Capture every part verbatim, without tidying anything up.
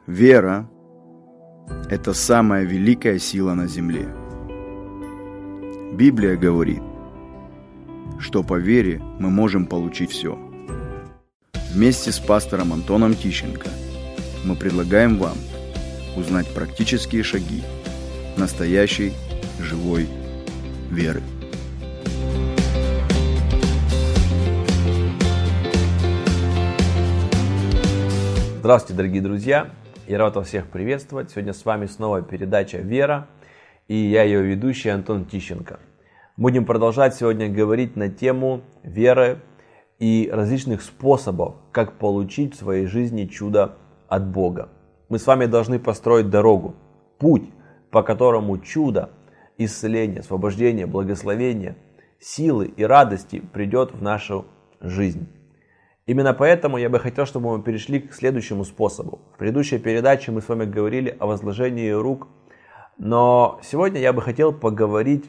Вера – это самая великая сила на земле. Библия говорит, что по вере мы можем получить все. Вместе с пастором Антоном Тищенко мы предлагаем вам узнать практические шаги настоящей живой веры. Здравствуйте, дорогие друзья! Я рад вас всех приветствовать. Сегодня с вами снова передача «Вера» и я ее ведущий Антон Тищенко. Будем продолжать сегодня говорить на тему веры и различных способов, как получить в своей жизни чудо от Бога. Мы с вами должны построить дорогу, путь, по которому чудо, исцеление, освобождение, благословение, силы и радости придет в нашу жизнь. Именно поэтому я бы хотел, чтобы мы перешли к следующему способу. В предыдущей передаче мы с вами говорили о возложении рук, но сегодня я бы хотел поговорить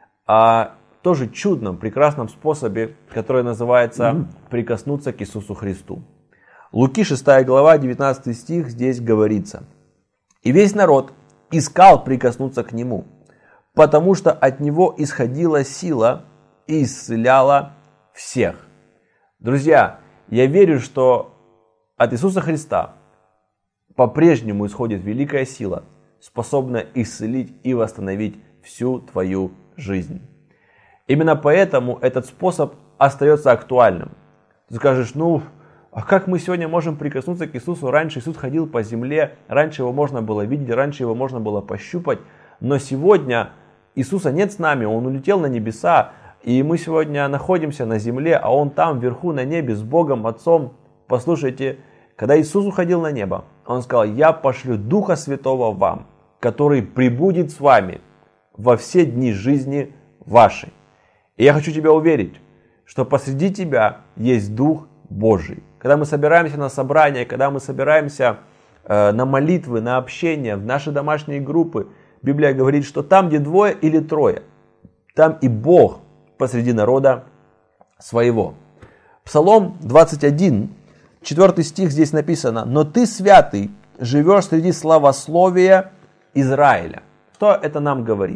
о тоже чудном, прекрасном способе, который называется «прикоснуться к Иисусу Христу». Луки шестая глава, девятнадцатый стих, здесь говорится: «И весь народ искал прикоснуться к Нему, потому что от Него исходила сила и исцеляла всех». Друзья, я верю, что от Иисуса Христа по-прежнему исходит великая сила, способная исцелить и восстановить всю твою жизнь. Именно поэтому этот способ остается актуальным. Ты скажешь, ну, а как мы сегодня можем прикоснуться к Иисусу? Раньше Иисус ходил по земле, раньше его можно было видеть, раньше его можно было пощупать, но сегодня Иисуса нет с нами, Он улетел на небеса. И мы сегодня находимся на земле, а Он там, вверху, на небе, с Богом, Отцом. Послушайте, когда Иисус уходил на небо, Он сказал: «Я пошлю Духа Святого вам, который пребудет с вами во все дни жизни вашей». И я хочу тебя уверить, что посреди тебя есть Дух Божий. Когда мы собираемся на собрания, когда мы собираемся э, на молитвы, на общение, в наши домашние группы, Библия говорит, что там, где двое или трое, там и Бог посреди народа своего. Псалом двадцать один, четвёртый стих, здесь написано: «Но ты, святый, живешь среди славословия Израиля». Что это нам говорит?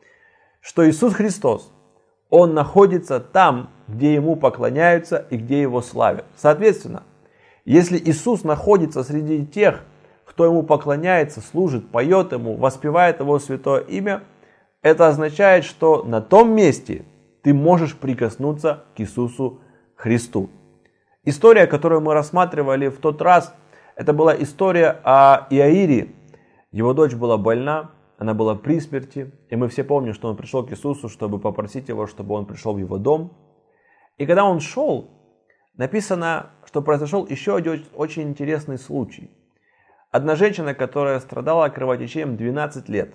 Что Иисус Христос, Он находится там, где Ему поклоняются и где Его славят. Соответственно, если Иисус находится среди тех, кто Ему поклоняется, служит, поет Ему, воспевает Его святое имя, это означает, что на том месте ты можешь прикоснуться к Иисусу Христу. История, которую мы рассматривали в тот раз, это была история о Иаире. Его дочь была больна, она была при смерти. И мы все помним, что он пришел к Иисусу, чтобы попросить его, чтобы он пришел в его дом. И когда он шел, написано, что произошел еще один очень интересный случай. Одна женщина, которая страдала кровотечением двенадцать лет,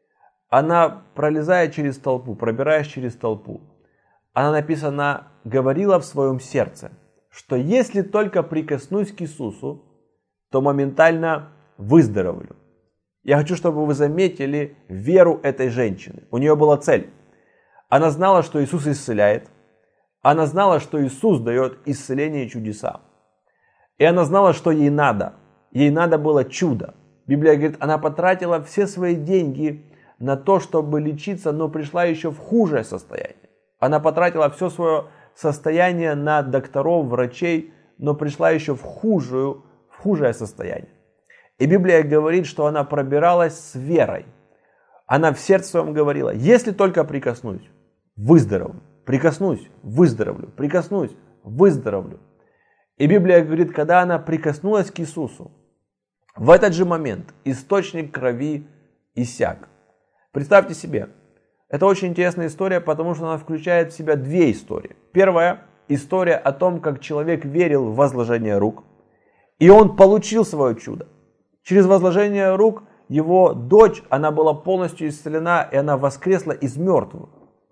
она, пролезая через толпу, пробираясь через толпу, она, написано, говорила в своем сердце, что если только прикоснусь к Иисусу, то моментально выздоровлю. Я хочу, чтобы вы заметили веру этой женщины. У нее была цель. Она знала, что Иисус исцеляет. Она знала, что Иисус дает исцеление и чудеса. И она знала, что ей надо. Ей надо было чудо. Библия говорит, она потратила все свои деньги на то, чтобы лечиться, но пришла еще в худшее состояние. Она потратила все свое состояние на докторов, врачей, но пришла еще в, худшую, в худшее состояние. И Библия говорит, что она пробиралась с верой. Она в сердце своем говорила: если только прикоснусь, выздоровлю. Прикоснусь, выздоровлю. Прикоснусь, выздоровлю. И Библия говорит, когда она прикоснулась к Иисусу, в этот же момент источник крови иссяк. Представьте себе, это очень интересная история, потому что она включает в себя две истории. Первая история о том, как человек верил в возложение рук, и он получил свое чудо. Через возложение рук его дочь, она была полностью исцелена, и она воскресла из мертвых.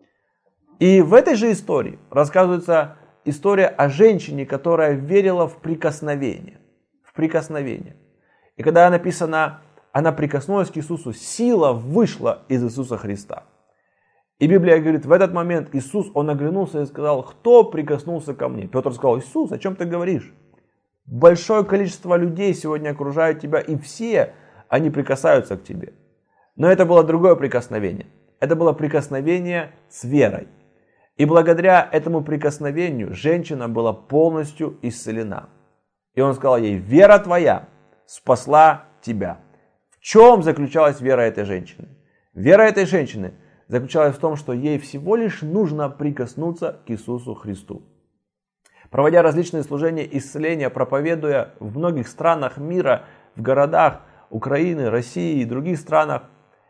И в этой же истории рассказывается история о женщине, которая верила в прикосновение. В прикосновение. И когда написано, она прикоснулась к Иисусу, сила вышла из Иисуса Христа. И Библия говорит, в этот момент Иисус, Он оглянулся и сказал: кто прикоснулся ко мне? Петр сказал: Иисус, о чем ты говоришь? Большое количество людей сегодня окружают тебя, и все они прикасаются к тебе. Но это было другое прикосновение. Это было прикосновение с верой. И благодаря этому прикосновению женщина была полностью исцелена. И он сказал ей: вера твоя спасла тебя. В чем заключалась вера этой женщины? Вера этой женщины заключалась в том, что ей всего лишь нужно прикоснуться к Иисусу Христу. Проводя различные служения исцеления, проповедуя в многих странах мира, в городах Украины, России и других странах,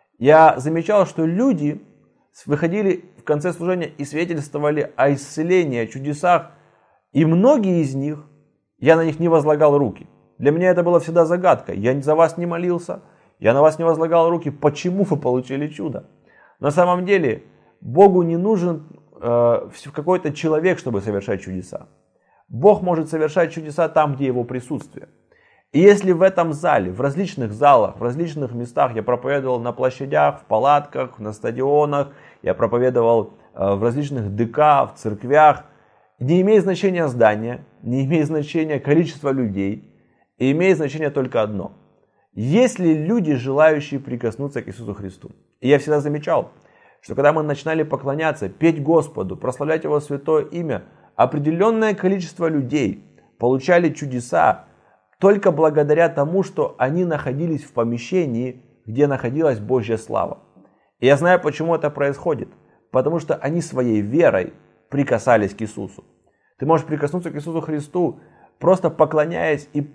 я замечал, что люди выходили в конце служения и свидетельствовали о исцелении, о чудесах. И многие из них, я на них не возлагал руки. Для меня это было всегда загадкой. Я за вас не молился, я на вас не возлагал руки. Почему вы получили чудо? На самом деле, Богу не нужен э, какой-то человек, чтобы совершать чудеса. Бог может совершать чудеса там, где Его присутствие. И если в этом зале, в различных залах, в различных местах я проповедовал на площадях, в палатках, на стадионах, я проповедовал в различных ДК, в церквях, не имеет значения здание, не имеет значения количество людей, и имеет значение только одно. Есть ли люди, желающие прикоснуться к Иисусу Христу? И я всегда замечал, что когда мы начинали поклоняться, петь Господу, прославлять Его святое имя, определенное количество людей получали чудеса, только благодаря тому, что они находились в помещении, где находилась Божья слава. И я знаю, почему это происходит. Потому что они своей верой прикасались к Иисусу. Ты можешь прикоснуться к Иисусу Христу, просто поклоняясь и,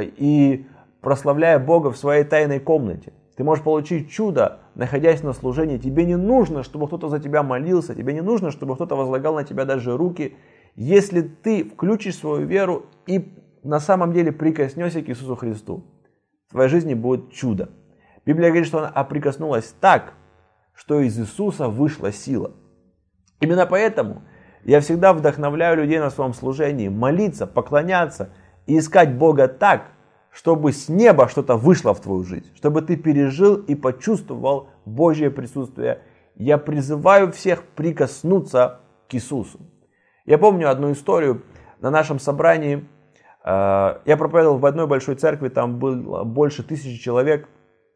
и прославляя Бога в своей тайной комнате. Ты можешь получить чудо, находясь на служении. Тебе не нужно, чтобы кто-то за тебя молился. Тебе не нужно, чтобы кто-то возлагал на тебя даже руки. Если ты включишь свою веру и на самом деле прикоснешься к Иисусу Христу, в твоей жизни будет чудо. Библия говорит, что она прикоснулась так, что из Иисуса вышла сила. Именно поэтому я всегда вдохновляю людей на своем служении молиться, поклоняться и искать Бога так, чтобы с неба что-то вышло в твою жизнь, чтобы ты пережил и почувствовал Божье присутствие. Я призываю всех прикоснуться к Иисусу. Я помню одну историю на нашем собрании. Я проповедовал в одной большой церкви, там было больше тысячи человек.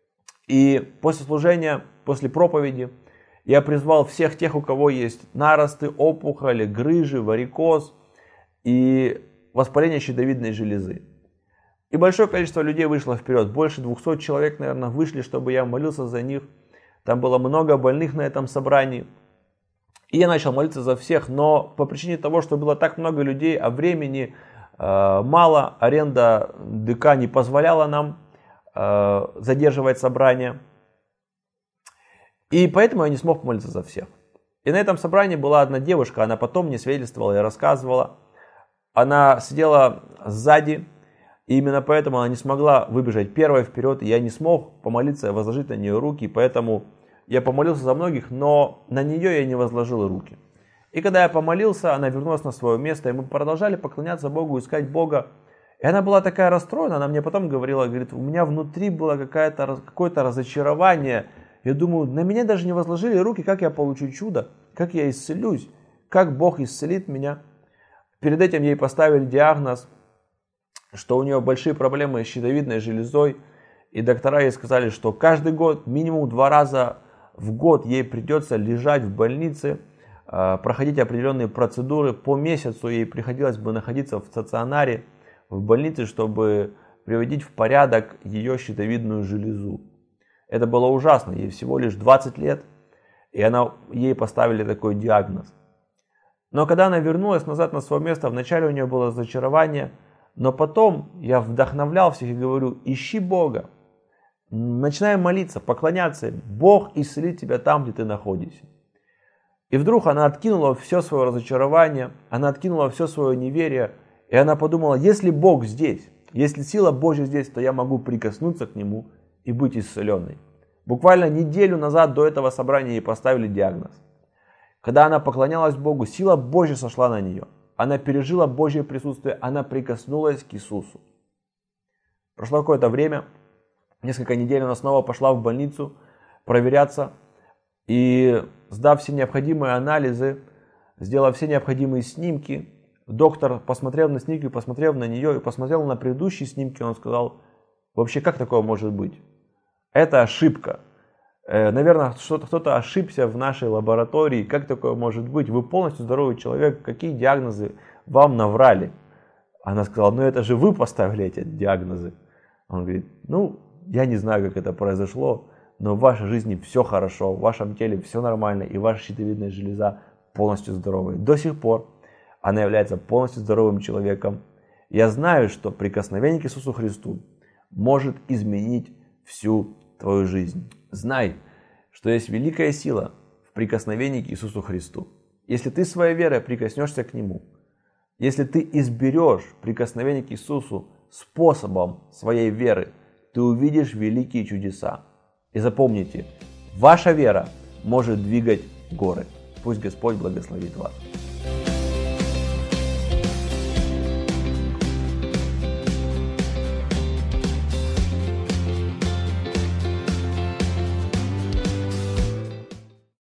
И после служения, после проповеди, я призвал всех тех, у кого есть наросты, опухоли, грыжи, варикоз и воспаление щитовидной железы. И большое количество людей вышло вперед. Больше двухсот человек, наверное, вышли, чтобы я молился за них. Там было много больных на этом собрании. И я начал молиться за всех, но по причине того, что было так много людей, а времени мало, аренда ДК не позволяла нам э, задерживать собрание. И поэтому я не смог молиться за всех. И на этом собрании была одна девушка, она потом мне свидетельствовала и рассказывала. Она сидела сзади, и именно поэтому она не смогла выбежать первой вперед. И я не смог помолиться, возложить на нее руки, поэтому я помолился за многих, но на нее я не возложил руки. И когда я помолился, она вернулась на свое место, и мы продолжали поклоняться Богу, искать Бога. И она была такая расстроена, она мне потом говорила, говорит, у меня внутри было какое-то, какое-то разочарование. Я думаю, на меня даже не возложили руки, как я получу чудо, как я исцелюсь, как Бог исцелит меня. Перед этим ей поставили диагноз, что у нее большие проблемы с щитовидной железой. И доктора ей сказали, что каждый год, минимум два раза в год ей придется лежать в больнице, проходить определенные процедуры. По месяцу ей приходилось бы находиться в стационаре, в больнице, чтобы приводить в порядок ее щитовидную железу. Это было ужасно. Ей всего лишь двадцать лет, и она, ей поставили такой диагноз. Но когда она вернулась назад на свое место, вначале у нее было разочарование, но потом я вдохновлял всех и говорю, ищи Бога. Начинай молиться, поклоняться. Бог исцелит тебя там, где ты находишься. И вдруг она откинула все свое разочарование, она откинула все свое неверие, и она подумала, если Бог здесь, если сила Божья здесь, то я могу прикоснуться к Нему и быть исцеленной. Буквально неделю назад до этого собрания ей поставили диагноз. Когда она поклонялась Богу, сила Божья сошла на нее. Она пережила Божье присутствие, она прикоснулась к Иисусу. Прошло какое-то время, несколько недель она снова пошла в больницу проверяться. И сдав все необходимые анализы, сделав все необходимые снимки, доктор посмотрел на снимки, посмотрел на нее и посмотрел на предыдущие снимки, он сказал, вообще как такое может быть? Это ошибка. Наверное, кто-то ошибся в нашей лаборатории. Как такое может быть? Вы полностью здоровый человек. Какие диагнозы вам наврали? Она сказала, ну это же вы поставили эти диагнозы. Он говорит, ну я не знаю, как это произошло, но в вашей жизни все хорошо, в вашем теле все нормально, и ваша щитовидная железа полностью здоровая. До сих пор она является полностью здоровым человеком. Я знаю, что прикосновение к Иисусу Христу может изменить всю твою жизнь. Знай, что есть великая сила в прикосновении к Иисусу Христу. Если ты своей верой прикоснешься к Нему, если ты изберешь прикосновение к Иисусу способом своей веры, ты увидишь великие чудеса. И запомните, ваша вера может двигать горы. Пусть Господь благословит вас.